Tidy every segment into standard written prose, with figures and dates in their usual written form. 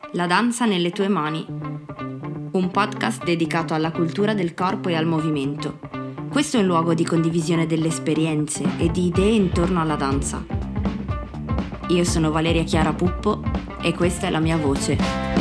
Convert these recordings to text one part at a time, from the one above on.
La danza nelle tue mani. Un podcast dedicato alla cultura del corpo e al movimento. Questo è un luogo di condivisione delle esperienze e di idee intorno alla danza. Io sono Valeria Chiara Puppo e questa è la mia voce.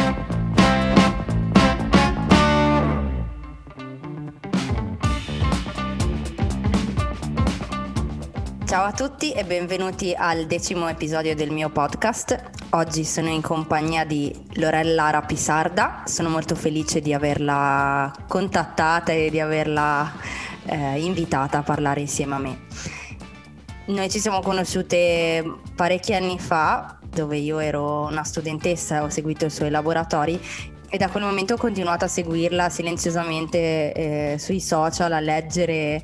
Ciao a tutti e benvenuti al 10° episodio del mio podcast. Oggi sono in compagnia di Lorella Rapisarda. Sono molto felice di averla contattata e di averla invitata a parlare insieme a me. Noi ci siamo conosciute parecchi anni fa, dove io ero una studentessa e ho seguito i suoi laboratori, e da quel momento ho continuato a seguirla silenziosamente sui social, a leggere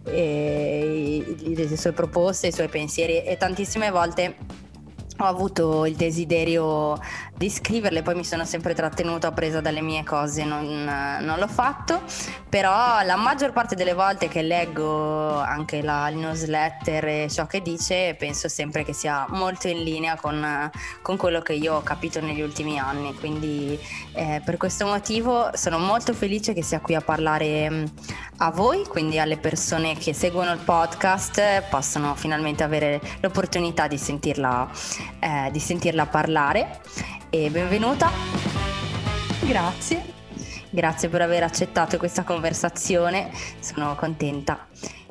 le sue proposte, i suoi pensieri, e tantissime volte ho avuto il desiderio di scriverle, poi mi sono sempre trattenuta, presa dalle mie cose, non l'ho fatto, però la maggior parte delle volte che leggo anche il newsletter e ciò che dice, penso sempre che sia molto in linea con quello che io ho capito negli ultimi anni, quindi per questo motivo sono molto felice che sia qui a parlare a voi, quindi alle persone che seguono il podcast possono finalmente avere l'opportunità di sentirla parlare. E benvenuta. Grazie per aver accettato questa conversazione, sono contenta.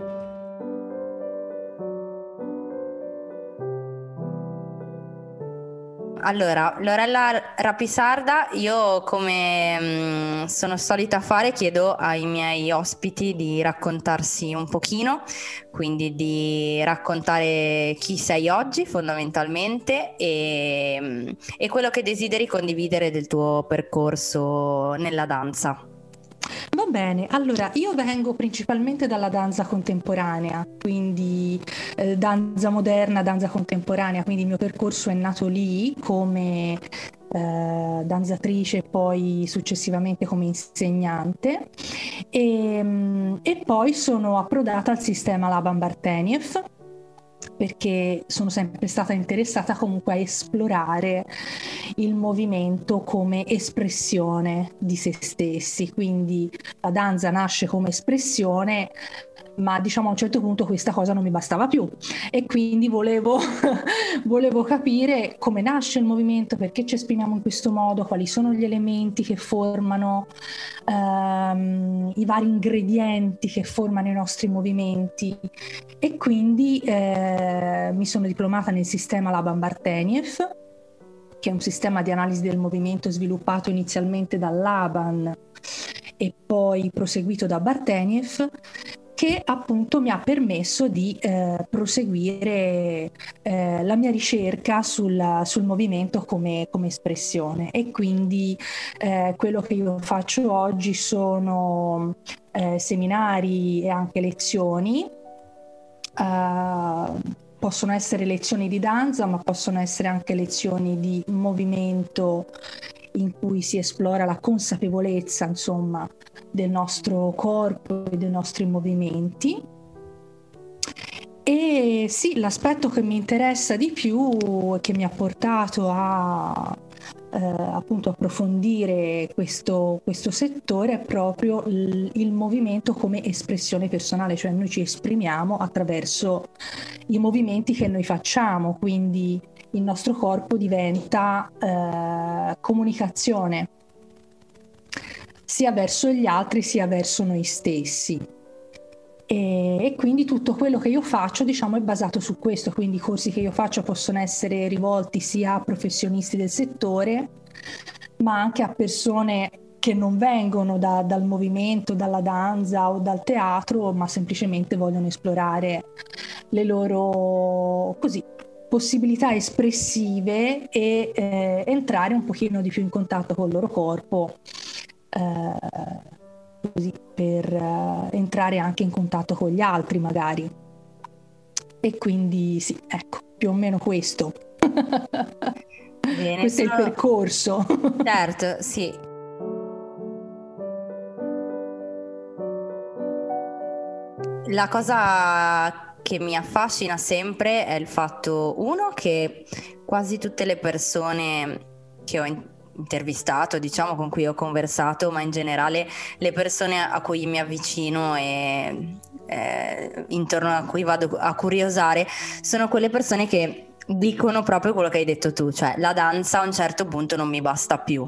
Allora, Lorella Rapisarda, io come sono solita fare, chiedo ai miei ospiti di raccontarsi un pochino, quindi di raccontare chi sei oggi fondamentalmente e quello che desideri condividere del tuo percorso nella danza. Va bene, allora io vengo principalmente dalla danza contemporanea, quindi danza moderna, danza contemporanea, quindi il mio percorso è nato lì come danzatrice e poi successivamente come insegnante e poi sono approdata al sistema Laban Barteniev, perché sono sempre stata interessata comunque a esplorare il movimento come espressione di se stessi, quindi la danza nasce come espressione, ma diciamo a un certo punto questa cosa non mi bastava più e quindi volevo capire come nasce il movimento, perché ci esprimiamo in questo modo, quali sono gli elementi che formano i vari ingredienti che formano i nostri movimenti, e quindi mi sono diplomata nel sistema Laban Barteniev, che è un sistema di analisi del movimento sviluppato inizialmente da Laban e poi proseguito da Barteniev, che appunto mi ha permesso di proseguire la mia ricerca sul movimento come espressione. E quindi quello che io faccio oggi sono seminari e anche lezioni. Possono essere lezioni di danza, ma possono essere anche lezioni di movimento in cui si esplora la consapevolezza, insomma, del nostro corpo e dei nostri movimenti. E sì, l'aspetto che mi interessa di più e che mi ha portato a appunto approfondire questo settore è proprio il movimento come espressione personale, cioè noi ci esprimiamo attraverso i movimenti che noi facciamo, quindi il nostro corpo diventa comunicazione sia verso gli altri sia verso noi stessi. E quindi tutto quello che io faccio, diciamo, è basato su questo, quindi i corsi che io faccio possono essere rivolti sia a professionisti del settore, ma anche a persone che non vengono dal movimento, dalla danza o dal teatro, ma semplicemente vogliono esplorare le loro possibilità espressive e entrare un pochino di più in contatto con il loro corpo, così per entrare anche in contatto con gli altri magari. E quindi sì, ecco, più o meno questo. Bene, questo è il percorso. Certo, sì. La cosa che mi affascina sempre è il fatto, uno, che quasi tutte le persone che ho intervistato, diciamo, con cui ho conversato, ma in generale le persone a cui mi avvicino e intorno a cui vado a curiosare sono quelle persone che dicono proprio quello che hai detto tu, cioè la danza a un certo punto non mi basta più.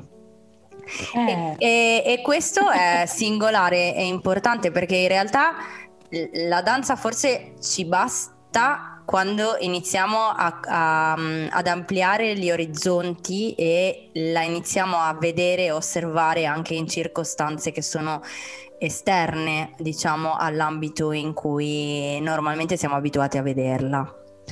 E questo è singolare e importante, perché in realtà la danza forse ci basta quando iniziamo ad ampliare gli orizzonti e la iniziamo a vedere e osservare anche in circostanze che sono esterne, diciamo, all'ambito in cui normalmente siamo abituati a vederla.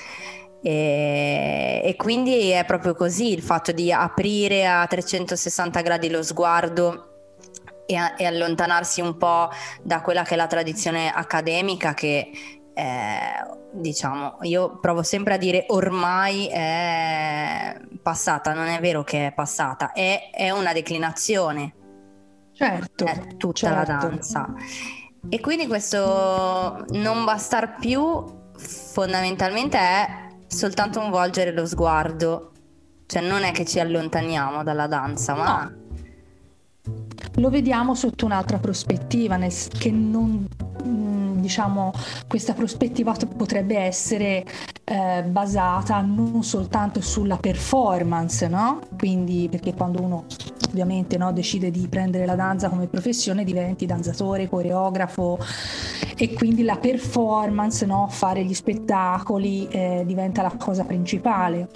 E quindi è proprio così, il fatto di aprire a 360 gradi lo sguardo e allontanarsi un po' da quella che è la tradizione accademica, che diciamo, io provo sempre a dire ormai è passata. Non è vero che è passata, è una declinazione, Certo, è tutta la danza. E quindi questo non bastar più fondamentalmente è soltanto un volgere lo sguardo, cioè non è che ci allontaniamo dalla danza, ma lo vediamo sotto un'altra prospettiva, che non, diciamo, questa prospettiva potrebbe essere basata non soltanto sulla performance, no? Quindi, perché quando uno ovviamente, no, decide di prendere la danza come professione, diventi danzatore, coreografo, e quindi la performance, no, fare gli spettacoli diventa la cosa principale.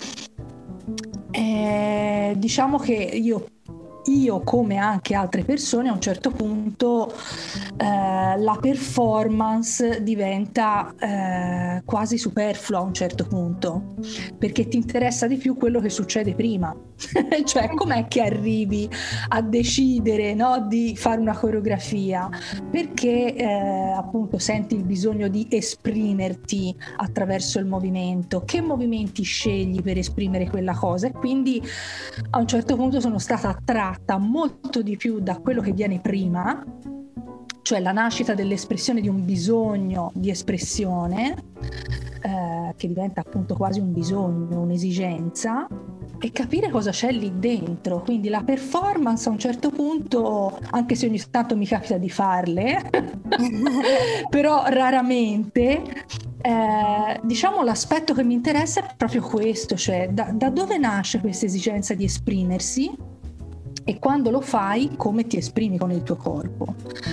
Diciamo che io come anche altre persone a un certo punto la performance diventa quasi superflua a un certo punto, perché ti interessa di più quello che succede prima. Cioè, com'è che arrivi a decidere, no, di fare una coreografia? Perché appunto senti il bisogno di esprimerti attraverso il movimento, che movimenti scegli per esprimere quella cosa, e quindi a un certo punto sono stata attratta molto di più da quello che viene prima, cioè la nascita dell'espressione di un bisogno di espressione, che diventa appunto quasi un bisogno, un'esigenza, e capire cosa c'è lì dentro. Quindi la performance a un certo punto, anche se ogni tanto mi capita di farle, però raramente, diciamo l'aspetto che mi interessa è proprio questo, cioè da dove nasce questa esigenza di esprimersi, e quando lo fai come ti esprimi con il tuo corpo.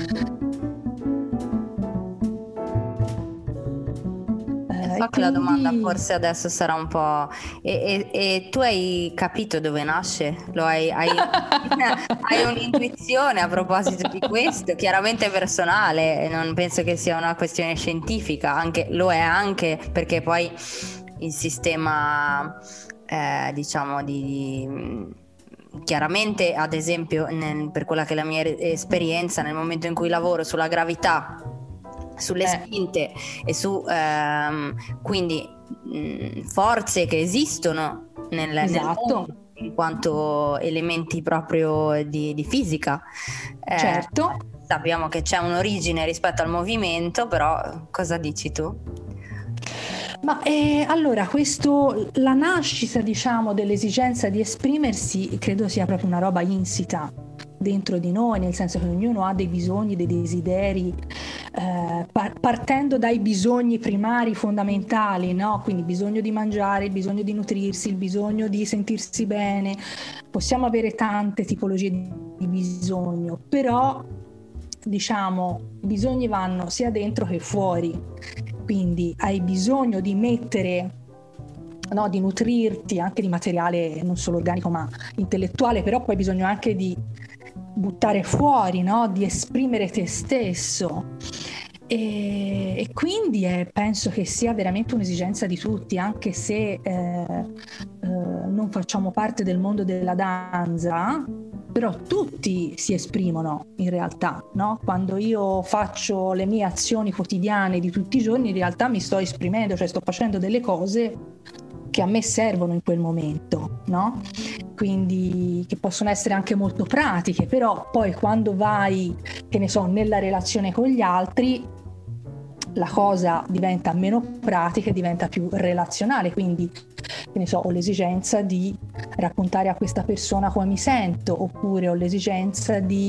So che la domanda forse adesso sarà un po'... E tu hai capito dove nasce? Hai un'intuizione a proposito di questo? Chiaramente personale, non penso che sia una questione scientifica, anche lo è, anche perché poi il sistema diciamo chiaramente, ad esempio, per quella che è la mia esperienza, nel momento in cui lavoro sulla gravità, sulle spinte e su quindi forze che esistono nel mondo in quanto elementi proprio di fisica, certo, sappiamo che c'è un'origine rispetto al movimento, però cosa dici tu? Ma allora, la nascita, diciamo, dell'esigenza di esprimersi credo sia proprio una roba insita dentro di noi, nel senso che ognuno ha dei bisogni, dei desideri, partendo dai bisogni primari fondamentali, no? Quindi il bisogno di mangiare, il bisogno di nutrirsi, il bisogno di sentirsi bene. Possiamo avere tante tipologie di bisogno, però diciamo i bisogni vanno sia dentro che fuori. Quindi hai bisogno di mettere, no, di nutrirti anche di materiale non solo organico ma intellettuale, però poi hai bisogno anche di buttare fuori, no, di esprimere te stesso, e quindi penso che sia veramente un'esigenza di tutti, anche se non facciamo parte del mondo della danza, però tutti si esprimono in realtà, no? Quando io faccio le mie azioni quotidiane di tutti i giorni, in realtà mi sto esprimendo, cioè sto facendo delle cose che a me servono in quel momento, no? Quindi che possono essere anche molto pratiche, però poi quando vai, che ne so, nella relazione con gli altri, la cosa diventa meno pratica e diventa più relazionale, quindi che ne so, ho l'esigenza di raccontare a questa persona come mi sento, oppure ho l'esigenza di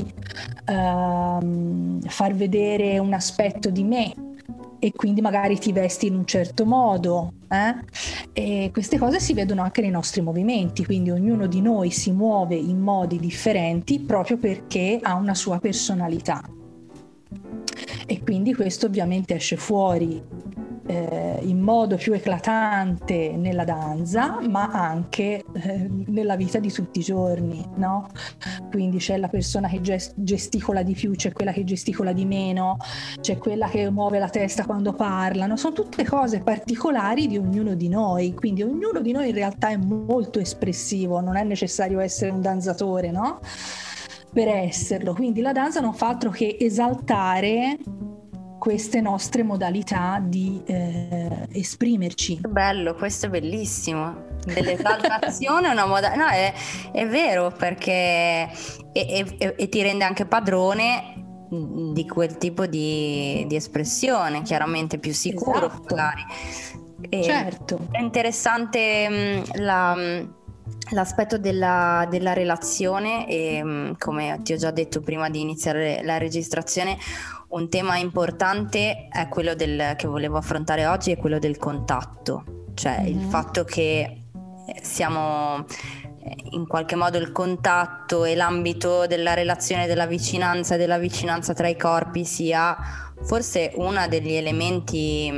far vedere un aspetto di me e quindi magari ti vesti in un certo modo, e queste cose si vedono anche nei nostri movimenti, quindi ognuno di noi si muove in modi differenti proprio perché ha una sua personalità, e quindi questo ovviamente esce fuori in modo più eclatante nella danza, ma anche nella vita di tutti i giorni, no? Quindi c'è la persona che gesticola di più, c'è quella che gesticola di meno, c'è quella che muove la testa quando parlano, sono tutte cose particolari di ognuno di noi, quindi ognuno di noi in realtà è molto espressivo, non è necessario essere un danzatore, no? Per esserlo, quindi la danza non fa altro che esaltare queste nostre modalità di esprimerci. Bello, questo è bellissimo. Dell'esaltazione è una moda. No, è vero, perché e ti rende anche padrone di quel tipo di espressione, chiaramente più sicuro, Esatto. magari. Certo. È interessante l'aspetto della relazione, e come ti ho già detto prima di iniziare la registrazione, un tema importante è quello che volevo affrontare oggi, è quello del contatto, cioè il fatto che siamo in qualche modo, il contatto e l'ambito della relazione, della vicinanza tra i corpi sia forse uno degli elementi,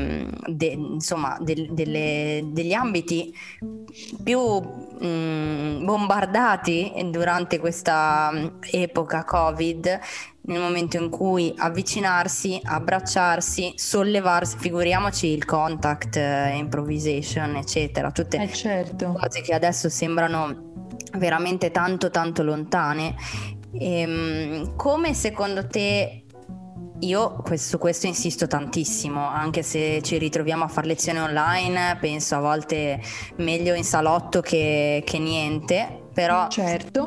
degli ambiti più bombardati durante questa epoca Covid, nel momento in cui avvicinarsi, abbracciarsi, sollevarsi, figuriamoci il contact, improvisation, eccetera, tutte Certo. cose che adesso sembrano veramente tanto tanto lontane. Come secondo te, io su questo insisto tantissimo, anche se ci ritroviamo a fare lezioni online, penso a volte meglio in salotto che niente, però certo.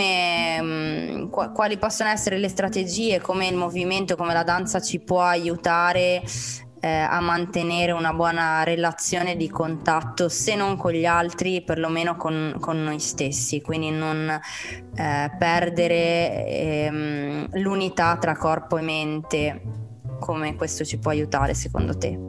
quali possono essere le strategie, come il movimento, come la danza ci può aiutare a mantenere una buona relazione di contatto, se non con gli altri, perlomeno con noi stessi, quindi non perdere l'unità tra corpo e mente. Come questo ci può aiutare secondo te?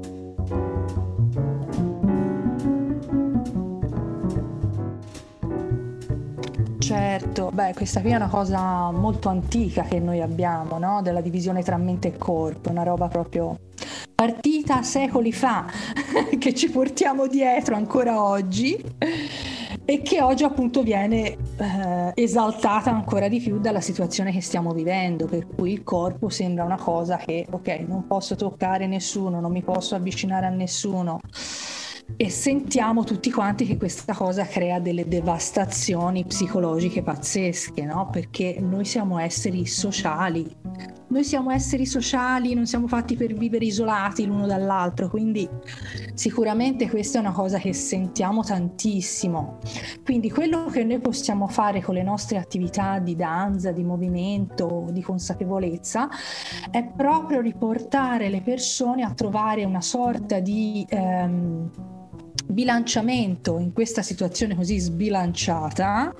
Certo, questa qui è una cosa molto antica che noi abbiamo, no? Della divisione tra mente e corpo, una roba proprio partita secoli fa, che ci portiamo dietro ancora oggi e che oggi appunto viene esaltata ancora di più dalla situazione che stiamo vivendo, per cui il corpo sembra una cosa che, ok, non posso toccare nessuno, non mi posso avvicinare a nessuno. E sentiamo tutti quanti che questa cosa crea delle devastazioni psicologiche pazzesche, no? Perché noi siamo esseri sociali, non siamo fatti per vivere isolati l'uno dall'altro, quindi sicuramente questa è una cosa che sentiamo tantissimo. Quindi quello che noi possiamo fare con le nostre attività di danza, di movimento, di consapevolezza, è proprio riportare le persone a trovare una sorta di bilanciamento in questa situazione così sbilanciata,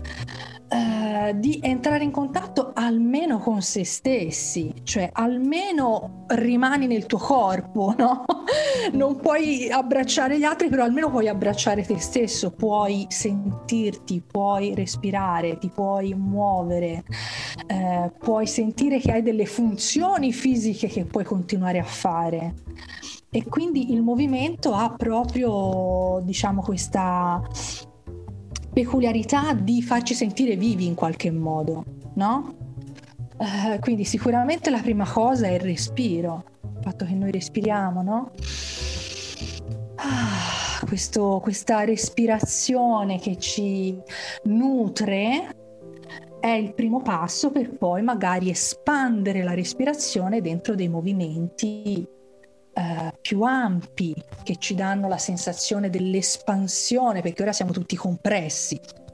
di entrare in contatto almeno con se stessi, cioè almeno rimani nel tuo corpo, no? Non puoi abbracciare gli altri, però almeno puoi abbracciare te stesso, puoi sentirti, puoi respirare, ti puoi muovere, puoi sentire che hai delle funzioni fisiche che puoi continuare a fare. E quindi il movimento ha proprio, diciamo, questa peculiarità di farci sentire vivi in qualche modo, no? Quindi sicuramente la prima cosa è il respiro, il fatto che noi respiriamo, no? Questa respirazione che ci nutre è il primo passo per poi magari espandere la respirazione dentro dei movimenti più ampi, che ci danno la sensazione dell'espansione, perché ora siamo tutti compressi,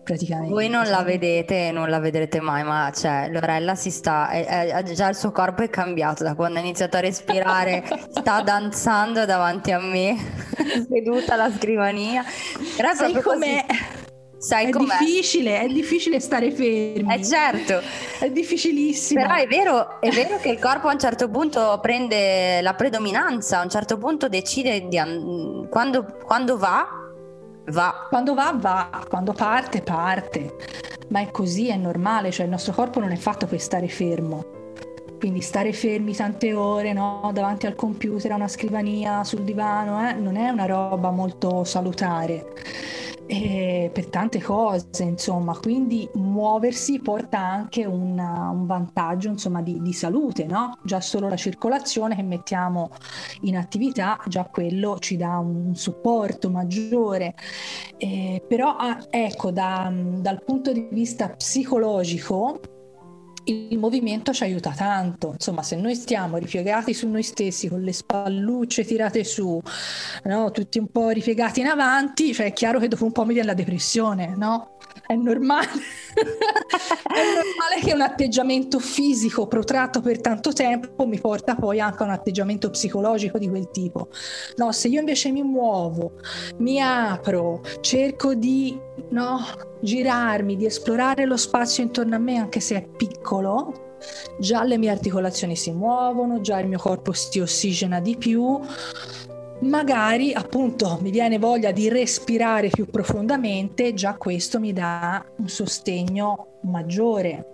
praticamente. Voi non la vedete e non la vedrete mai, ma cioè Lorella già il suo corpo è cambiato da quando ha iniziato a respirare, sta danzando davanti a me, seduta alla scrivania. Però è Sai proprio com'è? così. Sai È com'è? difficile stare fermi. Certo. È difficilissimo. Però è vero che il corpo a un certo punto prende la predominanza, a un certo punto decide quando va. Quando va, quando parte. Ma è così, è normale, cioè il nostro corpo non è fatto per stare fermo. Quindi stare fermi tante ore, no? Davanti al computer, a una scrivania, sul divano, non è una roba molto salutare. Per tante cose, insomma, quindi muoversi porta anche un vantaggio, insomma, di salute, no? Già solo la circolazione che mettiamo in attività, già quello ci dà un supporto maggiore. Però ecco, dal punto di vista psicologico, il movimento ci aiuta tanto. Insomma, se noi stiamo ripiegati su noi stessi con le spallucce tirate su, no? Tutti un po' ripiegati in avanti, cioè è chiaro che dopo un po' mi viene la depressione, no? È normale. È normale che un atteggiamento fisico protratto per tanto tempo mi porta poi anche a un atteggiamento psicologico di quel tipo. No, se io invece mi muovo, mi apro, cerco di, no, girarmi, di esplorare lo spazio intorno a me anche se è piccolo, già le mie articolazioni si muovono, già il mio corpo si ossigena di più, magari appunto mi viene voglia di respirare più profondamente, già questo mi dà un sostegno maggiore.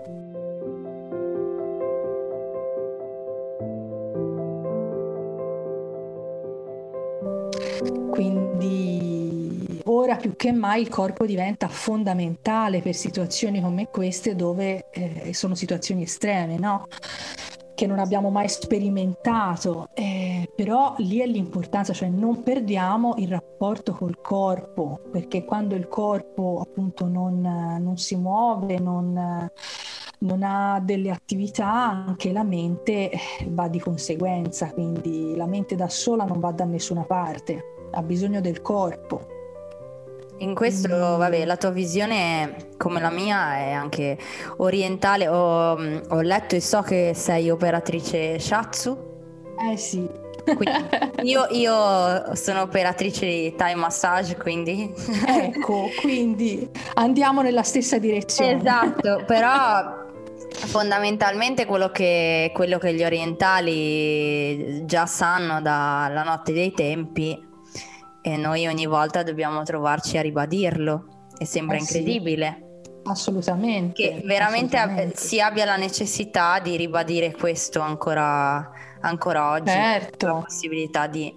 Quindi ora più che mai il corpo diventa fondamentale per situazioni come queste, dove sono situazioni estreme, no? Che non abbiamo mai sperimentato, però lì è l'importanza, cioè non perdiamo il rapporto col corpo, perché quando il corpo appunto non si muove, non ha delle attività, anche la mente va di conseguenza, quindi la mente da sola non va da nessuna parte, ha bisogno del corpo. In questo, vabbè, la tua visione, come la mia, è anche orientale. Ho letto e so che sei operatrice Shiatsu. Sì. Quindi io sono operatrice di Thai massage, quindi... Ecco, quindi andiamo nella stessa direzione. Esatto, però fondamentalmente quello che gli orientali già sanno dalla notte dei tempi, e noi ogni volta dobbiamo trovarci a ribadirlo, e sembra incredibile. Sì, assolutamente. Che veramente si abbia la necessità di ribadire questo ancora oggi. Certo. La possibilità di...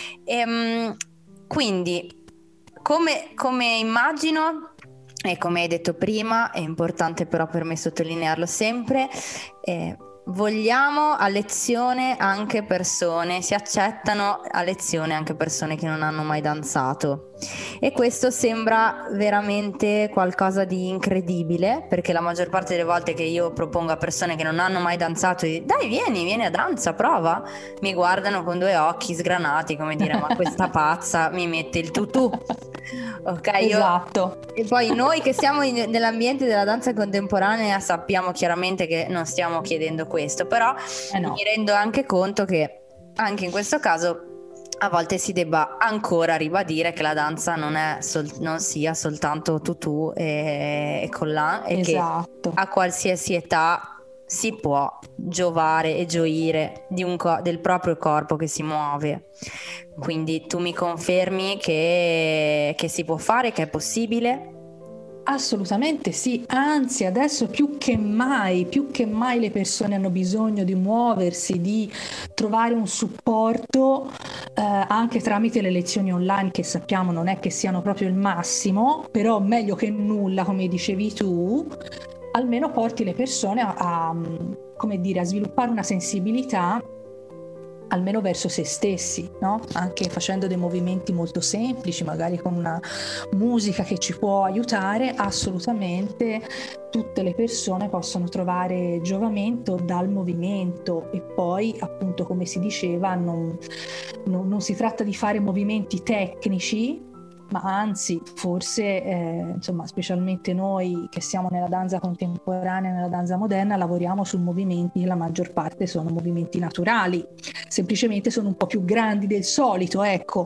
quindi, come immagino, e come hai detto prima, è importante però per me sottolinearlo sempre, vogliamo a lezione anche persone, si accettano a lezione anche persone che non hanno mai danzato, e questo sembra veramente qualcosa di incredibile, perché la maggior parte delle volte che io propongo a persone che non hanno mai danzato, dai vieni a danza, prova, mi guardano con due occhi sgranati come dire ma questa pazza mi mette il tutù. Ok, esatto. E poi noi che siamo nell'ambiente della danza contemporanea sappiamo chiaramente che non stiamo chiedendo questo, però no. mi rendo anche conto che anche in questo caso a volte si debba ancora ribadire che la danza non sia soltanto tutù e collant, e esatto. che a qualsiasi età si può giovare e gioire del proprio corpo che si muove. Quindi tu mi confermi che si può fare, che è possibile? Assolutamente sì, anzi adesso più che mai le persone hanno bisogno di muoversi, di trovare un supporto anche tramite le lezioni online, che sappiamo non è che siano proprio il massimo, però meglio che nulla, come dicevi tu. Almeno porti le persone a sviluppare una sensibilità almeno verso se stessi, no? Anche facendo dei movimenti molto semplici, magari con una musica che ci può aiutare, assolutamente tutte le persone possono trovare giovamento dal movimento. E poi, appunto, come si diceva, non si tratta di fare movimenti tecnici, ma anzi forse insomma, specialmente noi che siamo nella danza contemporanea, nella danza moderna, lavoriamo su movimenti che la maggior parte sono movimenti naturali, semplicemente sono un po' più grandi del solito, ecco,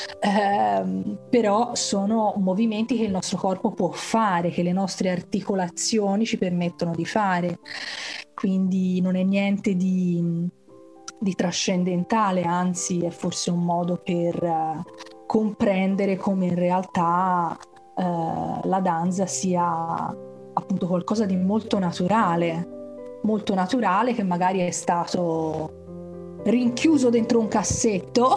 però sono movimenti che il nostro corpo può fare, che le nostre articolazioni ci permettono di fare, quindi non è niente di trascendentale, anzi è forse un modo per comprendere come in realtà la danza sia appunto qualcosa di molto naturale che magari è stato rinchiuso dentro un cassetto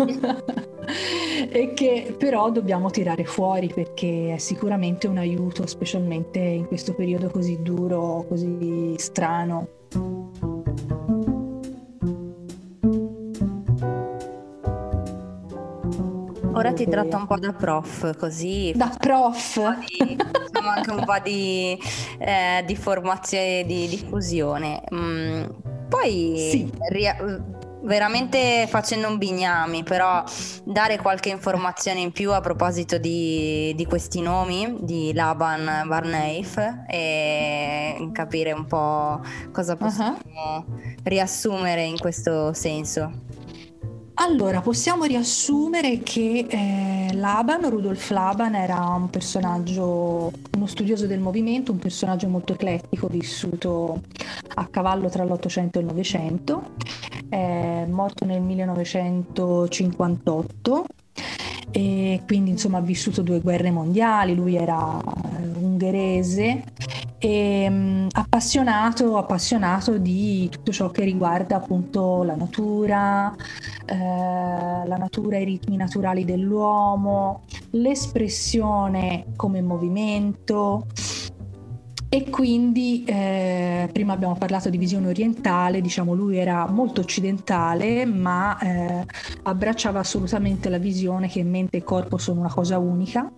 e che però dobbiamo tirare fuori perché è sicuramente un aiuto, specialmente in questo periodo così duro, così strano. Ora ti tratto un po' da prof, così da prof facciamo anche un po' di formazione, di diffusione. Poi sì. Veramente facendo un bignami, però dare qualche informazione in più a proposito di questi nomi, di Laban bar Neif, e capire un po' cosa possiamo riassumere in questo senso. Allora, possiamo riassumere che Rudolf Laban era un personaggio, uno studioso del movimento, un personaggio molto eclettico, vissuto a cavallo tra l'Ottocento e il Novecento, morto nel 1958 e quindi insomma ha vissuto 2 guerre mondiali, lui era ungherese e appassionato di tutto ciò che riguarda appunto la natura, i ritmi naturali dell'uomo, l'espressione come movimento. E quindi prima abbiamo parlato di visione orientale, diciamo lui era molto occidentale, ma abbracciava assolutamente la visione che mente e corpo sono una cosa unica.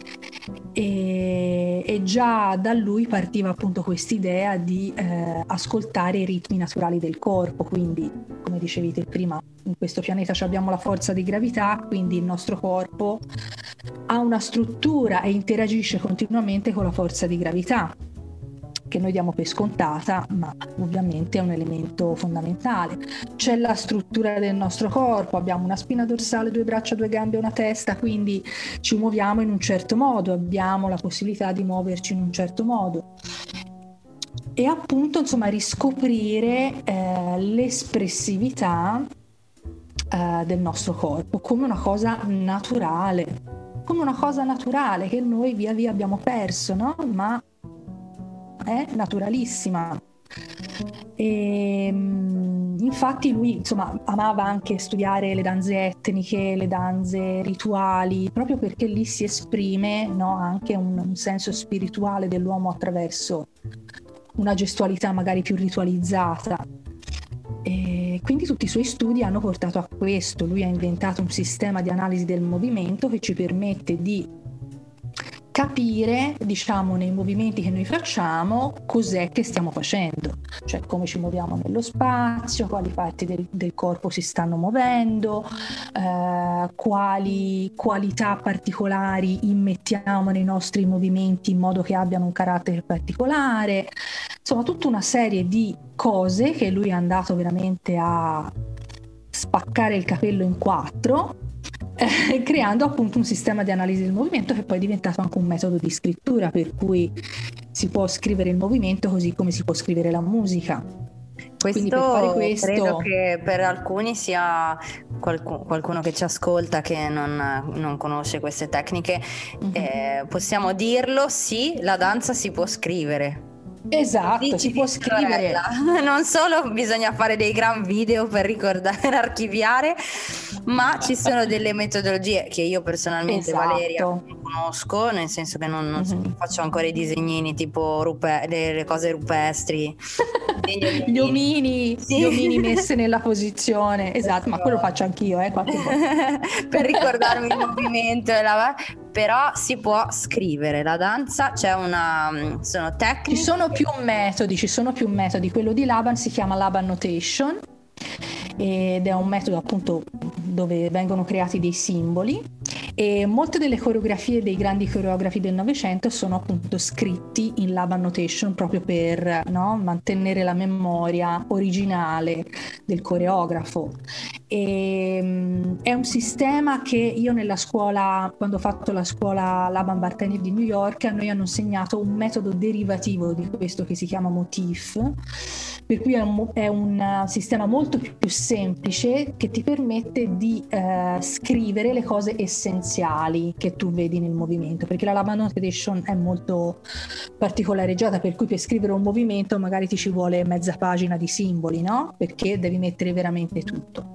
E già da lui partiva appunto quest'idea di ascoltare i ritmi naturali del corpo, quindi come dicevi te prima, in questo pianeta abbiamo la forza di gravità, quindi il nostro corpo ha una struttura e interagisce continuamente con la forza di gravità, che noi diamo per scontata, ma ovviamente è un elemento fondamentale. C'è la struttura del nostro corpo, abbiamo una spina dorsale, 2 braccia, 2 gambe, una testa, quindi ci muoviamo in un certo modo, abbiamo la possibilità di muoverci in un certo modo. E appunto, insomma, riscoprire l'espressività del nostro corpo come una cosa naturale, che noi via via abbiamo perso, no? Ma è naturalissima. E infatti lui insomma amava anche studiare le danze etniche, le danze rituali, proprio perché lì si esprime, no, anche un senso spirituale dell'uomo attraverso una gestualità magari più ritualizzata. E quindi tutti i suoi studi hanno portato a questo. Lui ha inventato un sistema di analisi del movimento che ci permette di capire, diciamo, nei movimenti che noi facciamo cos'è che stiamo facendo, cioè come ci muoviamo nello spazio, quali parti del corpo si stanno muovendo, quali qualità particolari immettiamo nei nostri movimenti in modo che abbiano un carattere particolare, insomma tutta una serie di cose che lui è andato veramente a spaccare il capello in 4, creando appunto un sistema di analisi del movimento che poi è diventato anche un metodo di scrittura, per cui si può scrivere il movimento così come si può scrivere la musica. Questo, per fare questo credo che per alcuni sia qualcuno che ci ascolta che non conosce queste tecniche, possiamo dirlo, sì, la danza si può scrivere. Esatto, si può scrivere. Non solo bisogna fare dei gran video per ricordare, archiviare, ma ci sono delle metodologie che io personalmente, esatto, Valeria, non conosco, nel senso che non faccio ancora i disegnini tipo le cose rupestri, gli omini, sì, gli omini messi nella posizione, esatto, ma quello faccio anch'io, qualche volta. Per ricordarmi il movimento, però si può scrivere la danza, sono tecniche. Ci sono più metodi, quello di Laban si chiama Laban Notation ed è un metodo appunto dove vengono creati dei simboli E molte delle coreografie dei grandi coreografi del Novecento sono appunto scritti in Laban Notation proprio per, no, mantenere la memoria originale del coreografo. È un sistema che io nella scuola, quando ho fatto la scuola Laban Bartenief di New York, a noi hanno insegnato un metodo derivativo di questo che si chiama motif, per cui è un sistema molto più semplice che ti permette di scrivere le cose essenziali che tu vedi nel movimento, perché la Laban Notation è molto particolareggiata, per cui per scrivere un movimento magari ti ci vuole mezza pagina di simboli, no? Perché devi mettere veramente tutto.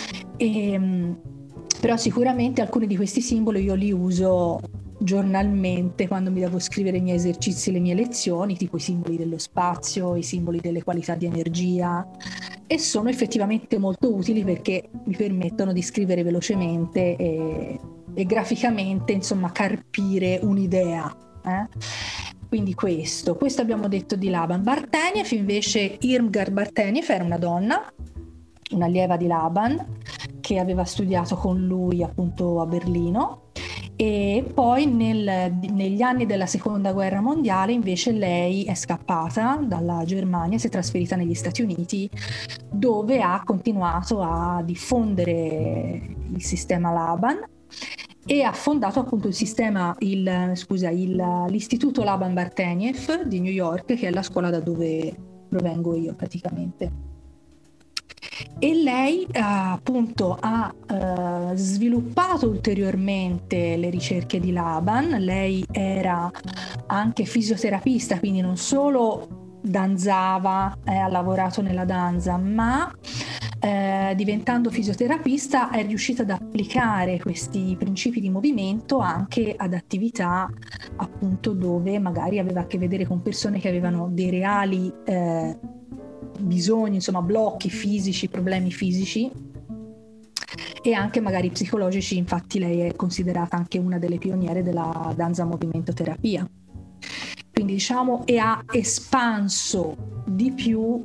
Però sicuramente alcuni di questi simboli io li uso giornalmente quando mi devo scrivere i miei esercizi, le mie lezioni, tipo i simboli dello spazio, i simboli delle qualità di energia, e sono effettivamente molto utili perché mi permettono di scrivere velocemente e graficamente, insomma, carpire un'idea. Quindi questo abbiamo detto di Laban. Bartenief invece, Irmgard Bartenief era una donna, un'allieva di Laban, che aveva studiato con lui appunto a Berlino, e poi negli anni della seconda guerra mondiale invece lei è scappata dalla Germania, si è trasferita negli Stati Uniti, dove ha continuato a diffondere il sistema Laban e ha fondato appunto l'istituto Laban Bartenief di New York, che è la scuola da dove provengo io praticamente. E lei appunto ha sviluppato ulteriormente le ricerche di Laban. Lei era anche fisioterapista, quindi non solo danzava, ha lavorato nella danza, ma diventando fisioterapista è riuscita ad applicare questi principi di movimento anche ad attività appunto dove magari aveva a che vedere con persone che avevano dei reali bisogni, insomma blocchi fisici, problemi fisici e anche magari psicologici. Infatti lei è considerata anche una delle pioniere della danza movimento terapia, quindi diciamo, e ha espanso di più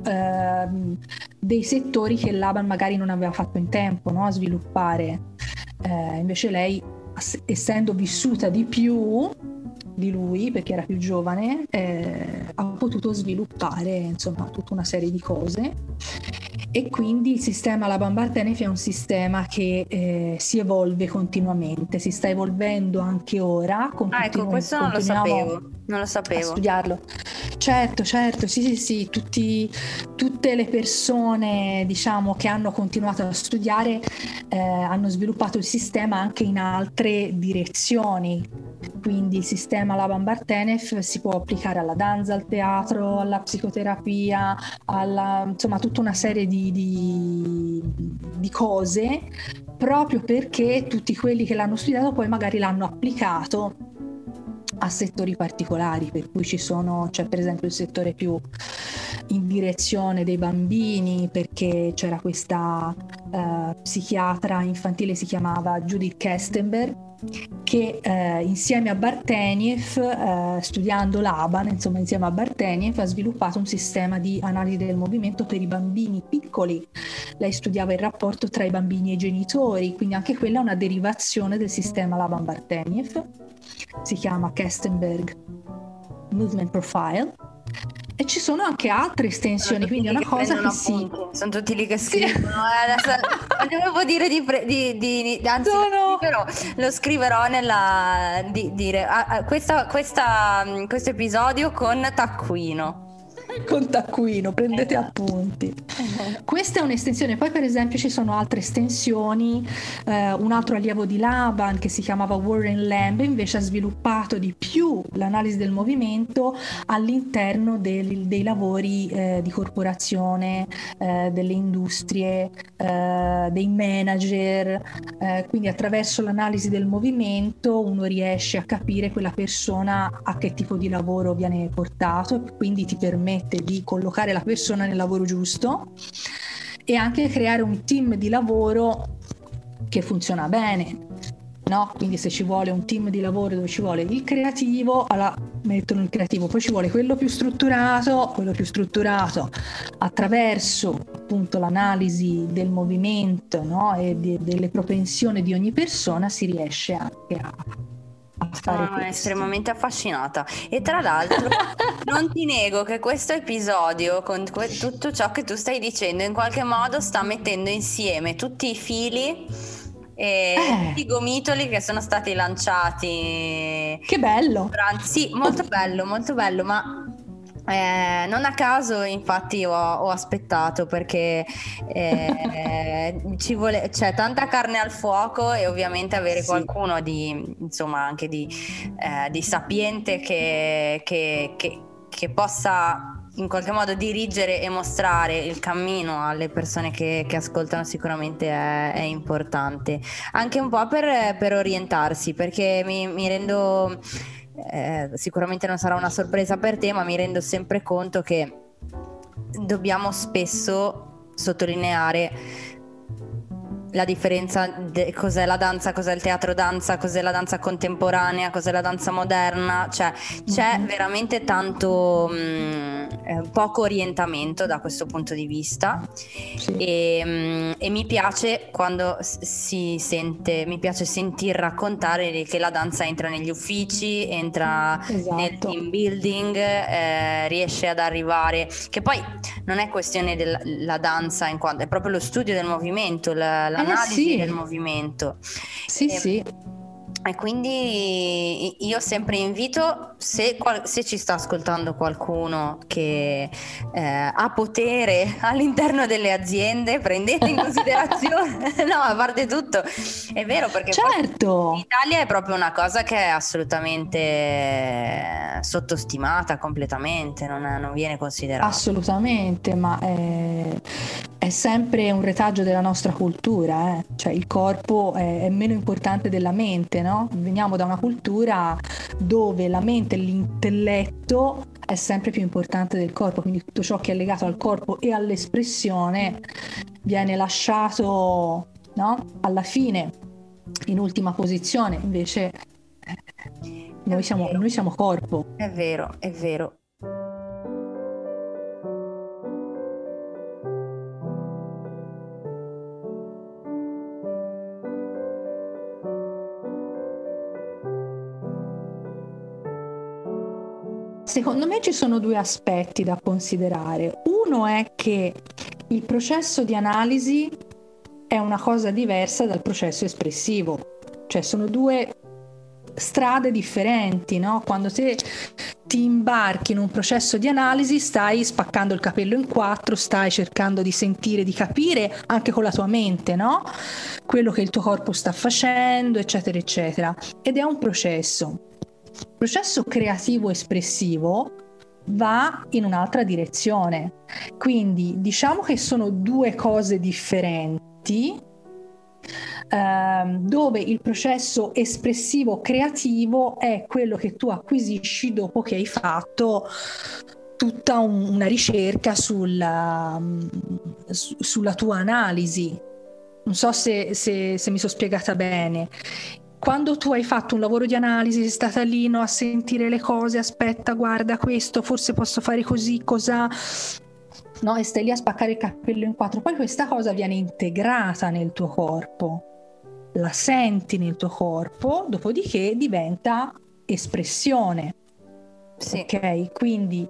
dei settori che Laban magari non aveva fatto in tempo, no, a sviluppare. Invece lei, essendo vissuta di più di lui perché era più giovane, ha potuto sviluppare insomma tutta una serie di cose, e quindi il sistema Laban Bartenief è un sistema che si evolve continuamente, si sta evolvendo anche ora. Ecco, questo non lo sapevo. A studiarlo. Certo, sì, tutte le persone, diciamo, che hanno continuato a studiare hanno sviluppato il sistema anche in altre direzioni. Quindi il sistema Laban Bartenief si può applicare alla danza, al teatro, alla psicoterapia, insomma tutta una serie di cose, proprio perché tutti quelli che l'hanno studiato poi magari l'hanno applicato a settori particolari, per cui c'è per esempio il settore più in direzione dei bambini, perché c'era questa psichiatra infantile, si chiamava Judith Kestenberg, che insieme a Bartenief, studiando Laban, insomma insieme a Bartenief, ha sviluppato un sistema di analisi del movimento per i bambini piccoli. Lei studiava il rapporto tra i bambini e i genitori, quindi anche quella è una derivazione del sistema Laban Bartenief, si chiama Kestenberg Movement Profile. E ci sono anche altre estensioni, quindi è una cosa che sono tutti lì che scrivono. Non devo dire anzi lo scriverò nella questo episodio con taccuino. Prendete appunti. Questa è un'estensione. Poi per esempio ci sono altre estensioni. Un altro allievo di Laban che si chiamava Warren Lamb invece ha sviluppato di più l'analisi del movimento all'interno dei lavori di corporazione, delle industrie, dei manager, quindi attraverso l'analisi del movimento uno riesce a capire quella persona a che tipo di lavoro viene portato, e quindi ti permette di collocare la persona nel lavoro giusto e anche creare un team di lavoro che funziona bene. no? Quindi se ci vuole un team di lavoro dove ci vuole il creativo, allora mettono il creativo, poi ci vuole quello più strutturato attraverso appunto l'analisi del movimento, no? E delle propensioni di ogni persona si riesce anche a fare Sono estremamente affascinata, e tra l'altro non ti nego che questo episodio, con tutto ciò che tu stai dicendo, in qualche modo sta mettendo insieme tutti i fili e tutti i gomitoli che sono stati lanciati. Che bello! Sì, molto bello, ma non a caso infatti ho aspettato, perché c'è tanta carne al fuoco, e ovviamente avere qualcuno di, insomma, anche di sapiente che possa in qualche modo dirigere e mostrare il cammino alle persone che ascoltano sicuramente è importante, anche un po' per orientarsi, perché mi rendo sicuramente non sarà una sorpresa per te, ma mi rendo sempre conto che dobbiamo spesso sottolineare la differenza cos'è la danza, cos'è il teatro danza, cos'è la danza contemporanea, cos'è la danza moderna, cioè c'è veramente tanto poco orientamento da questo punto di vista. Sì. E mi piace quando mi piace sentir raccontare che la danza entra negli uffici, entra nel team building, riesce ad arrivare, che poi non è questione della danza in quanto è proprio lo studio del movimento, l'analisi del movimento. Sì. E quindi io sempre invito, se ci sta ascoltando qualcuno che ha potere all'interno delle aziende, prendete in considerazione. No, a parte tutto, è vero, perché certo, in Italia è proprio una cosa che è assolutamente sottostimata completamente, non viene considerata. Assolutamente, ma è sempre un retaggio della nostra cultura, cioè il corpo è meno importante della mente, no? Veniamo da una cultura dove la mente e l'intelletto è sempre più importante del corpo, quindi tutto ciò che è legato al corpo e all'espressione viene lasciato, no? Alla fine, in ultima posizione. Invece noi siamo corpo. È vero. Secondo me ci sono due aspetti da considerare. Uno è che il processo di analisi è una cosa diversa dal processo espressivo, cioè sono due strade differenti, no? Quando te ti imbarchi in un processo di analisi stai spaccando il capello in quattro, stai cercando di sentire, di capire anche con la tua mente, no? Quello che il tuo corpo sta facendo, eccetera, eccetera. Ed è un processo. Il processo creativo espressivo va in un'altra direzione, quindi diciamo che sono due cose differenti, dove il processo espressivo creativo è quello che tu acquisisci dopo che hai fatto tutta una ricerca sulla tua analisi. Non so se mi sono spiegata bene. Quando tu hai fatto un lavoro di analisi, sei stata lì, no, a sentire le cose, aspetta, guarda questo, forse posso fare così, cos'ha, no, e stai lì a spaccare il capello in quattro, poi questa cosa viene integrata nel tuo corpo, la senti nel tuo corpo, dopodiché diventa espressione. Sì. Ok, quindi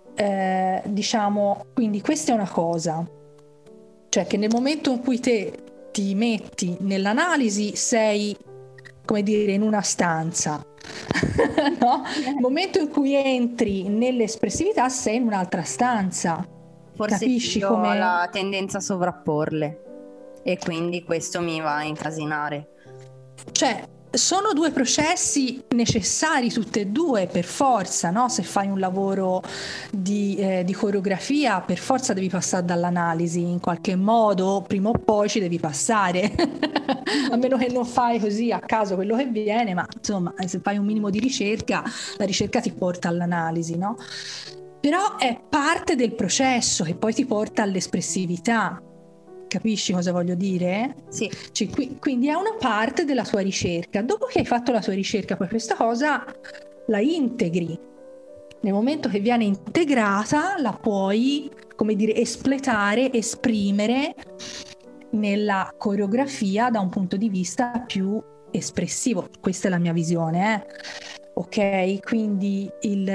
quindi questa è una cosa, cioè che nel momento in cui te ti metti nell'analisi sei, come dire, in una stanza, no? Nel momento in cui entri nell'espressività sei in un'altra stanza. Forse capisci io come ho la tendenza a sovrapporle e quindi questo mi va a incasinare. Cioè, sono due processi necessari tutte e due per forza, no? Se fai un lavoro di coreografia, per forza devi passare dall'analisi, in qualche modo prima o poi ci devi passare. A meno che non fai così a caso quello che viene, ma insomma, se fai un minimo di ricerca, la ricerca ti porta all'analisi, no? Però è parte del processo che poi ti porta all'espressività. Capisci cosa voglio dire? Sì. Cioè, quindi è una parte della tua ricerca. Dopo che hai fatto la tua ricerca, poi questa cosa la integri. Nel momento che viene integrata, la puoi, come dire, espletare, esprimere nella coreografia da un punto di vista più espressivo. Questa è la mia visione, ok? Quindi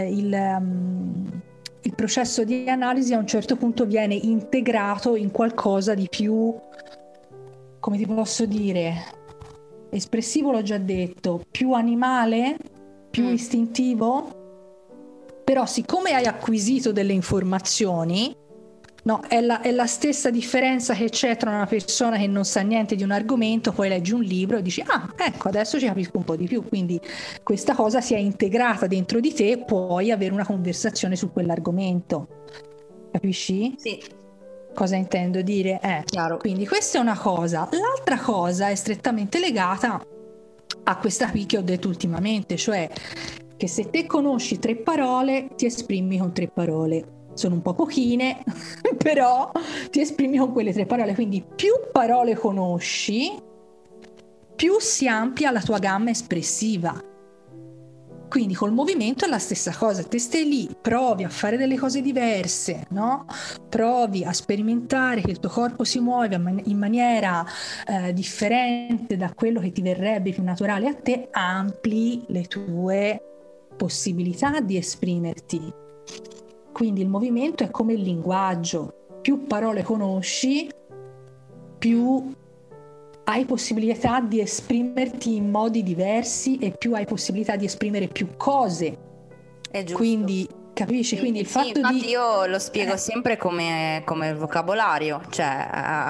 il processo di analisi a un certo punto viene integrato in qualcosa di più, come ti posso dire, espressivo, l'ho già detto, più animale, più istintivo, però siccome hai acquisito delle informazioni, no, è la stessa differenza che c'è tra una persona che non sa niente di un argomento, poi leggi un libro e dici, ecco, adesso ci capisco un po' di più, quindi questa cosa si è integrata dentro di te, puoi avere una conversazione su quell'argomento, capisci? Sì. Cosa intendo dire? Chiaro. Quindi questa è una cosa. L'altra cosa è strettamente legata a questa qui che ho detto ultimamente, cioè che se te conosci 3 parole, ti esprimi con 3 parole. Sono un po' pochine, però ti esprimi con quelle 3 parole. Quindi più parole conosci, più si amplia la tua gamma espressiva. Quindi col movimento è la stessa cosa, te stai lì, provi a fare delle cose diverse, no? Provi a sperimentare che il tuo corpo si muove in maniera differente da quello che ti verrebbe più naturale a te, ampli le tue possibilità di esprimerti. Quindi il movimento è come il linguaggio, più parole conosci, più hai possibilità di esprimerti in modi diversi e più hai possibilità di esprimere più cose. È giusto. Quindi capisci? Quindi il fatto infatti io lo spiego sempre come il vocabolario, cioè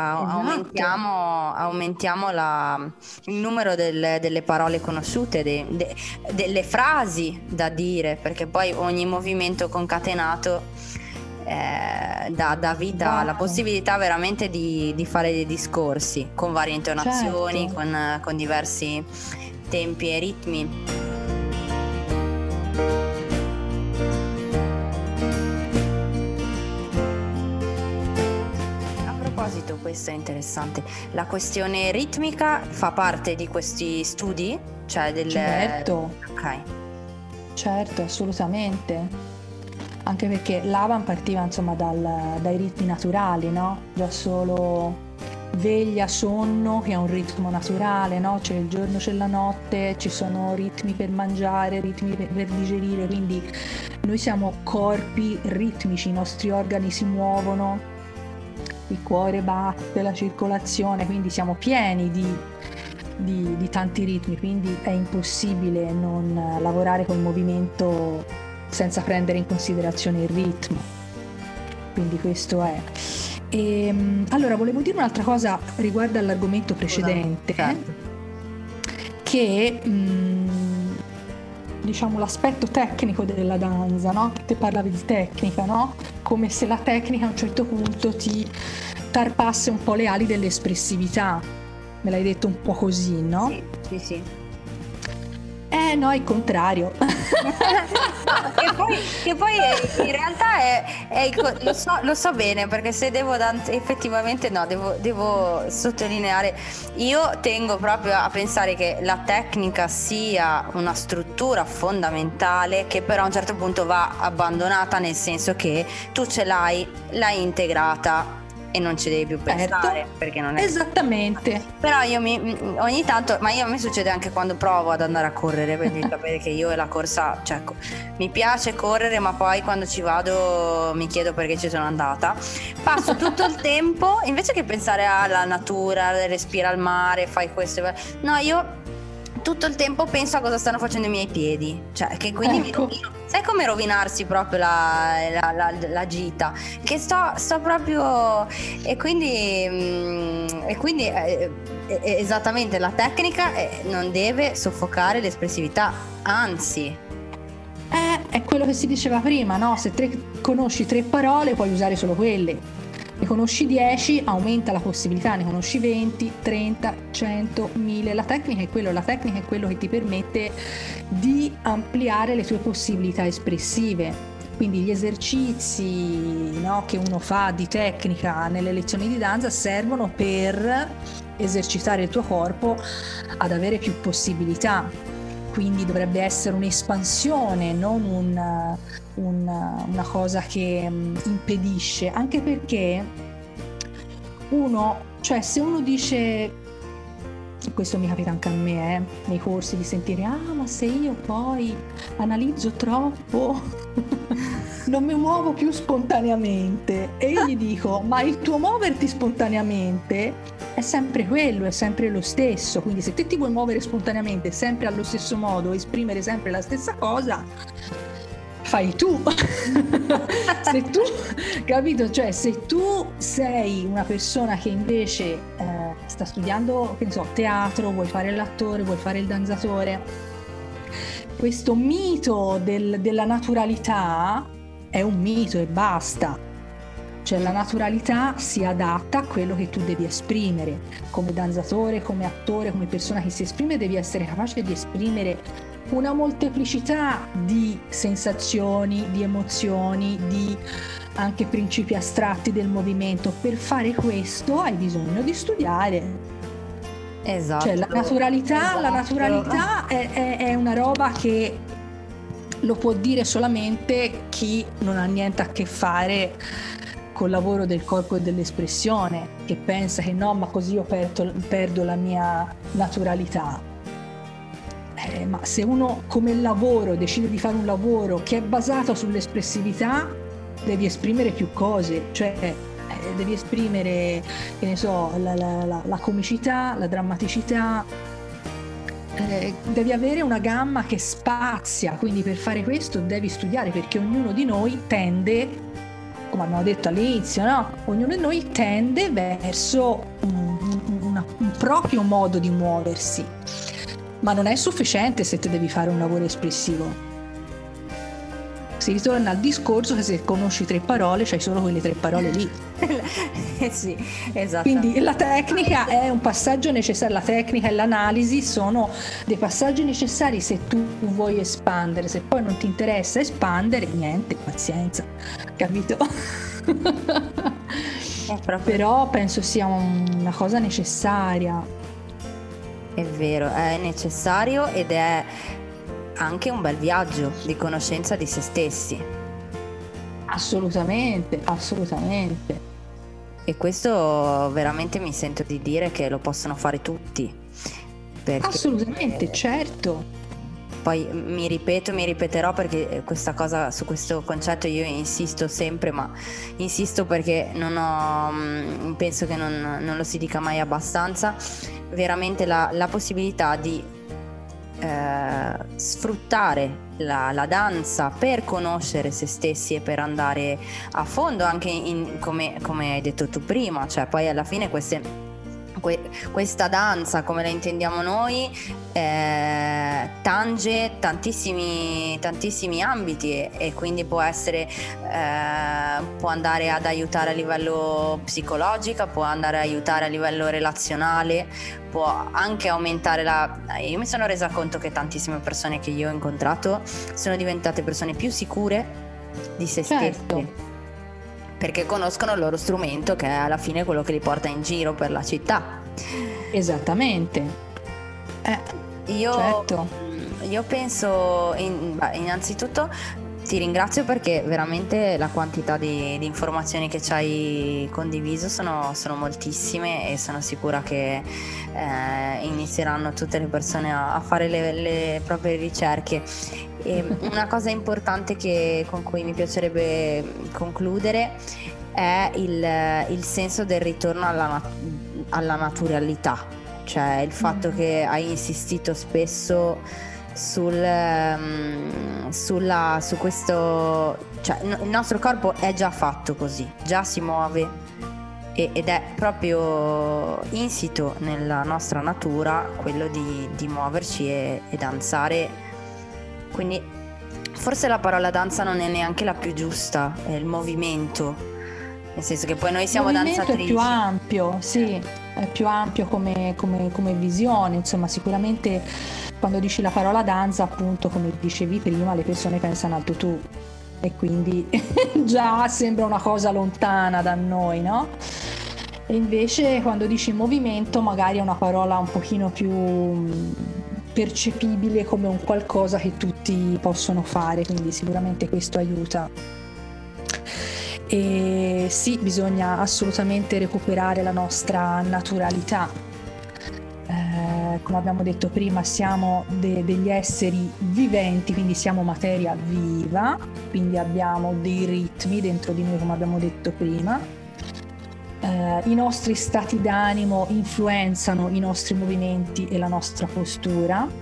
aumentiamo il numero delle parole conosciute, delle frasi da dire, perché poi ogni movimento concatenato dà vita alla possibilità veramente di fare dei discorsi con varie intonazioni, certo, con diversi tempi e ritmi. A proposito, questo è interessante, la questione ritmica fa parte di questi studi? Cioè Certo. Ok. Certo, assolutamente. Anche perché l'Avan partiva insomma dai ritmi naturali, no? Già solo veglia, sonno, che è un ritmo naturale, no? C'è il giorno, c'è la notte, ci sono ritmi per mangiare, ritmi per digerire, quindi noi siamo corpi ritmici, i nostri organi si muovono, il cuore batte, la circolazione, quindi siamo pieni di tanti ritmi, quindi è impossibile non lavorare col movimento senza prendere in considerazione il ritmo. Quindi questo è. Allora volevo dire un'altra cosa riguardo all'argomento precedente, certo, che diciamo l'aspetto tecnico della danza, no? Te parlavi di tecnica, no? Come se la tecnica a un certo punto ti tarpasse un po' le ali dell'espressività. Me l'hai detto un po' così, no? Sì. No, è il contrario. che poi in realtà lo so bene, perché se effettivamente devo sottolineare, io tengo proprio a pensare che la tecnica sia una struttura fondamentale che però a un certo punto va abbandonata, nel senso che tu l'hai integrata e non ci devi più pensare, perché non è esattamente. Però io ogni tanto, ma a me succede anche quando provo ad andare a correre, quindi sapere che io e la corsa, cioè, mi piace correre, ma poi quando ci vado mi chiedo perché ci sono andata. Passo tutto il tempo, invece che pensare alla natura, respira al mare, fai questo, no, io tutto il tempo penso a cosa stanno facendo i miei piedi, cioè che quindi mi rovino. Sai come rovinarsi proprio la gita? Che sto proprio e quindi esattamente, la tecnica non deve soffocare l'espressività, anzi. È quello che si diceva prima, no? Se conosci 3 parole puoi usare solo quelle. Ne conosci 10, aumenta la possibilità, ne conosci 20, 30, 100, 1000. La tecnica è quello che ti permette di ampliare le tue possibilità espressive. Quindi gli esercizi, no, che uno fa di tecnica nelle lezioni di danza servono per esercitare il tuo corpo ad avere più possibilità. Quindi dovrebbe essere un'espansione, non una cosa che impedisce, anche perché cioè se uno dice, questo mi capita anche a me, nei corsi, di sentire ma se io poi analizzo troppo non mi muovo più spontaneamente, e io gli dico ma il tuo muoverti spontaneamente è sempre quello, è sempre lo stesso, quindi se te ti vuoi muovere spontaneamente sempre allo stesso modo, esprimere sempre la stessa cosa, fai tu. Se tu, capito? Cioè se tu sei una persona che invece sta studiando, che ne so, teatro, vuoi fare l'attore, vuoi fare il danzatore, questo mito della naturalità è un mito e basta. Cioè la naturalità si adatta a quello che tu devi esprimere come danzatore, come attore, come persona che si esprime. Devi essere capace di esprimere una molteplicità di sensazioni, di emozioni, di anche principi astratti del movimento. Per fare questo hai bisogno di studiare. Esatto. Cioè la naturalità è una roba che lo può dire solamente chi non ha niente a che fare col lavoro del corpo e dell'espressione, che pensa che no, ma così io perdo la mia naturalità. Ma se uno come lavoro decide di fare un lavoro che è basato sull'espressività, devi esprimere più cose, cioè devi esprimere, che ne so, la comicità, la drammaticità, devi avere una gamma che spazia. Quindi per fare questo devi studiare, perché ognuno di noi tende, come abbiamo detto all'inizio, no? Ognuno di noi tende verso un proprio modo di muoversi, ma non è sufficiente se te devi fare un lavoro espressivo. Si ritorna al discorso che se conosci 3 parole c'hai solo quelle 3 parole lì. Sì, esatto. Quindi la tecnica è un passaggio necessario, la tecnica e l'analisi sono dei passaggi necessari se tu vuoi espandere. Se poi non ti interessa espandere, niente, pazienza, capito? Però penso sia una cosa necessaria. È vero, è necessario ed è anche un bel viaggio di conoscenza di se stessi. Assolutamente, assolutamente. E questo veramente mi sento di dire che lo possono fare tutti. Assolutamente, certo. Poi mi ripeterò, perché questa cosa, su questo concetto io insisto sempre, ma insisto perché penso che non lo si dica mai abbastanza. Veramente la possibilità di sfruttare la danza per conoscere se stessi e per andare a fondo anche come hai detto tu prima, cioè poi alla fine questa danza come la intendiamo noi tange tantissimi ambiti e quindi può andare ad aiutare a livello psicologico, può andare a aiutare a livello relazionale, può anche aumentare io mi sono resa conto che tantissime persone che io ho incontrato sono diventate persone più sicure di se stesse, perché conoscono il loro strumento, che è alla fine quello che li porta in giro per la città. Esattamente. Io penso innanzitutto ti ringrazio, perché veramente la quantità di informazioni che ci hai condiviso sono moltissime, e sono sicura che inizieranno tutte le persone a fare le proprie ricerche. E una cosa importante con cui mi piacerebbe concludere è il senso del ritorno alla naturalità, cioè il fatto che hai insistito spesso su questo, cioè il nostro corpo è già fatto così, già si muove ed è proprio insito nella nostra natura quello di muoverci e danzare. Quindi forse la parola danza non è neanche la più giusta, è il movimento, nel senso che poi noi siamo danzatrici. È più ampio, sì, è più ampio come visione, insomma. Sicuramente quando dici la parola danza, appunto, come dicevi prima, le persone pensano al tutù, e quindi già sembra una cosa lontana da noi, no? E invece quando dici movimento magari è una parola un pochino più percepibile come un qualcosa che tutti possono fare, quindi sicuramente questo aiuta. E sì, bisogna assolutamente recuperare la nostra naturalità. Come abbiamo detto prima, siamo degli esseri viventi, quindi siamo materia viva, quindi abbiamo dei ritmi dentro di noi, come abbiamo detto prima. I nostri stati d'animo influenzano i nostri movimenti e la nostra postura.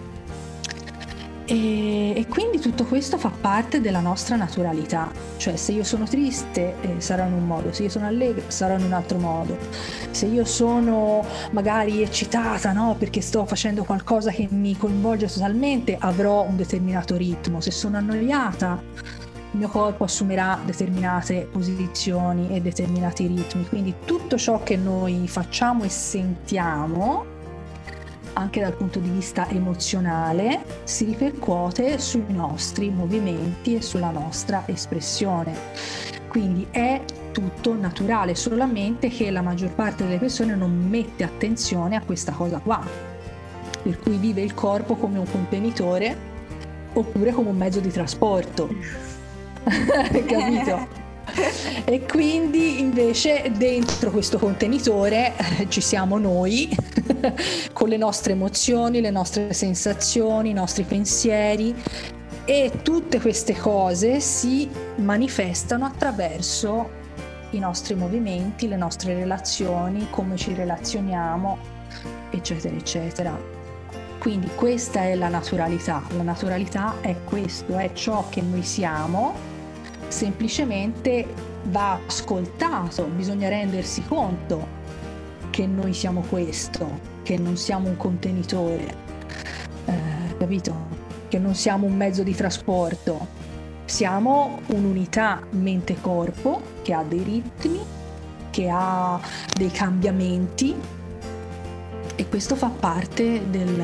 E quindi tutto questo fa parte della nostra naturalità, cioè se io sono triste sarò in un modo, se io sono allegra sarò in un altro modo, se io sono magari eccitata, no, perché sto facendo qualcosa che mi coinvolge totalmente, avrò un determinato ritmo, se sono annoiata il mio corpo assumerà determinate posizioni e determinati ritmi, quindi tutto ciò che noi facciamo e sentiamo anche dal punto di vista emozionale si ripercuote sui nostri movimenti e sulla nostra espressione, quindi è tutto naturale, solamente che la maggior parte delle persone non mette attenzione a questa cosa qua, per cui vive il corpo come un contenitore oppure come un mezzo di trasporto. Capito? E quindi invece dentro questo contenitore ci siamo noi con le nostre emozioni, le nostre sensazioni, i nostri pensieri, e tutte queste cose si manifestano attraverso i nostri movimenti, le nostre relazioni, come ci relazioniamo, eccetera eccetera. Quindi questa è la naturalità è questo, è ciò che noi siamo, semplicemente va ascoltato, bisogna rendersi conto che noi siamo questo, che non siamo un contenitore, capito? Che non siamo un mezzo di trasporto, siamo un'unità mente-corpo che ha dei ritmi, che ha dei cambiamenti, e questo fa parte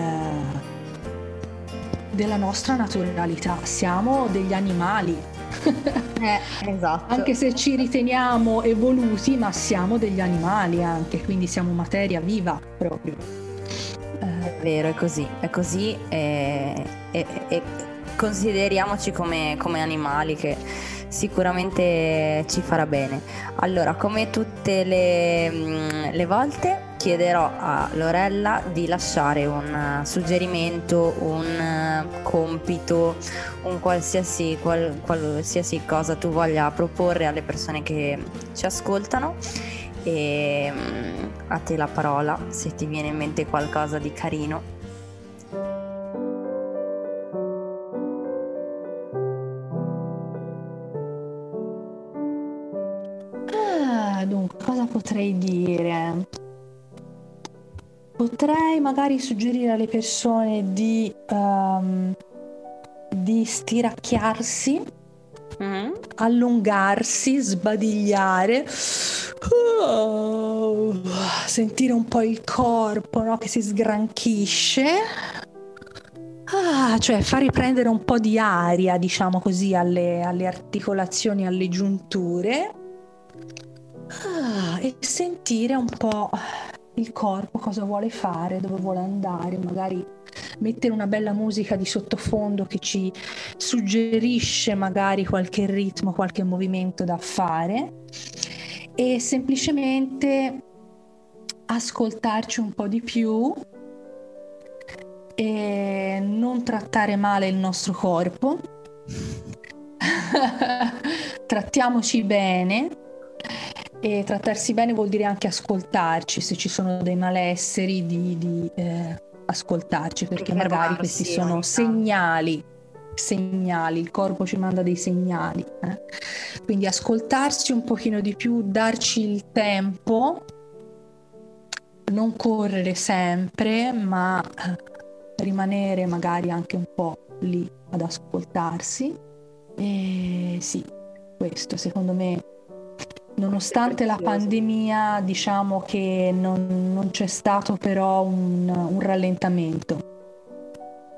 della nostra naturalità. Siamo degli animali. Esatto. Anche se ci riteniamo evoluti, ma siamo degli animali anche, quindi siamo materia viva proprio. È vero, è così e consideriamoci come animali, che sicuramente ci farà bene. Allora, come tutte le volte, chiederò a Lorella di lasciare un suggerimento, un compito, un qualsiasi cosa tu voglia proporre alle persone che ci ascoltano, e a te la parola, se ti viene in mente qualcosa di carino. Dunque, cosa potrei dire? Potrei magari suggerire alle persone di stiracchiarsi, allungarsi, sbadigliare, sentire un po' il corpo, no, che si sgranchisce, cioè far riprendere un po' di aria, diciamo così, alle articolazioni, alle giunture, e sentire un po' il corpo cosa vuole fare, dove vuole andare, magari mettere una bella musica di sottofondo che ci suggerisce magari qualche ritmo, qualche movimento da fare, e semplicemente ascoltarci un po' di più e non trattare male il nostro corpo. Trattiamoci bene. E trattarsi bene vuol dire anche ascoltarci, se ci sono dei malesseri di ascoltarci, perché magari questi sono segnali, il corpo ci manda dei segnali, quindi ascoltarsi un pochino di più, darci il tempo, non correre sempre, ma rimanere magari anche un po' lì ad ascoltarsi. E sì, questo secondo me, nonostante la pandemia, diciamo che non c'è stato però un rallentamento.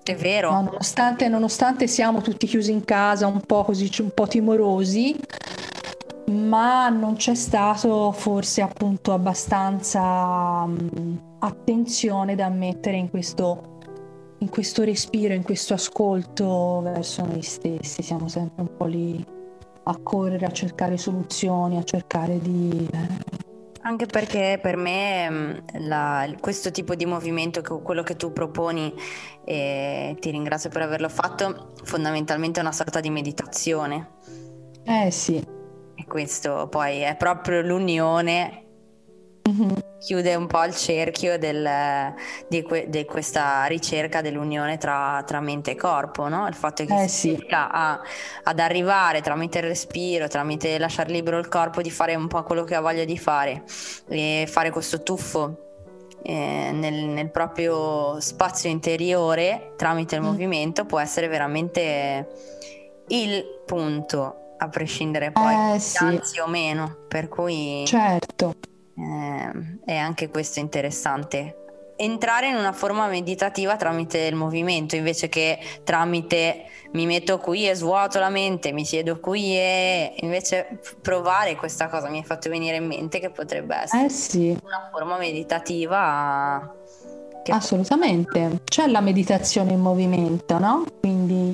È vero. No, nonostante siamo tutti chiusi in casa, un po' così, un po' timorosi, ma non c'è stato forse appunto abbastanza attenzione da mettere in questo respiro, in questo ascolto verso noi stessi. Siamo sempre un po' lì a correre, a cercare soluzioni, a cercare di... Anche perché per me questo tipo di movimento, quello che tu proponi, e ti ringrazio per averlo fatto, fondamentalmente è una sorta di meditazione. Sì. E questo poi è proprio l'unione, chiude un po' il cerchio di questa ricerca dell'unione tra mente e corpo, no? Il fatto che si riesca ad arrivare tramite il respiro, tramite lasciare libero il corpo, di fare un po' quello che ha voglia di fare e fare questo tuffo nel proprio spazio interiore tramite il movimento, può essere veramente il punto, a prescindere poi anzi o meno, per cui certo. È anche questo interessante, entrare in una forma meditativa tramite il movimento, invece che tramite mi metto qui e svuoto la mente, mi siedo qui, e invece provare questa cosa mi è fatto venire in mente che potrebbe essere una forma meditativa assolutamente. C'è la meditazione in movimento, no? Quindi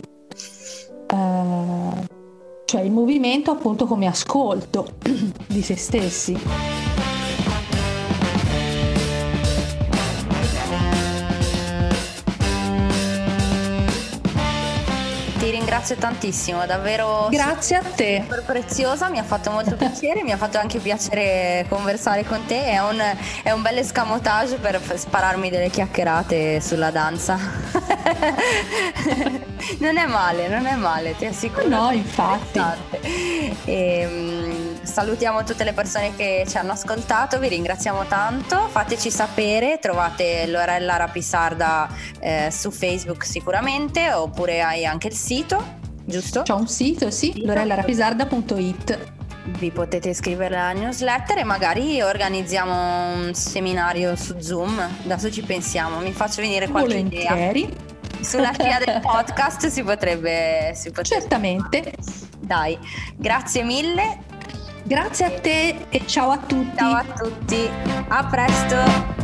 cioè il movimento appunto come ascolto di se stessi. Ti ringrazio tantissimo, davvero. Grazie a te. Super preziosa, mi ha fatto molto piacere, mi ha fatto anche piacere conversare con te, è un bel escamotage per spararmi delle chiacchierate sulla danza. Non è male, ti assicuro. No, infatti. Salutiamo tutte le persone che ci hanno ascoltato, vi ringraziamo tanto, fateci sapere, trovate Lorella Rapisarda su Facebook sicuramente, oppure hai anche il sito, giusto? C'ho un sito, sì, lorellarapisarda.it. Vi potete iscrivere alla newsletter e magari organizziamo un seminario su Zoom, adesso ci pensiamo, mi faccio venire qualche volentieri idea. Sulla scia del podcast si potrebbe certamente. Dai, grazie mille. Grazie a te e ciao a tutti. Ciao a tutti, a presto.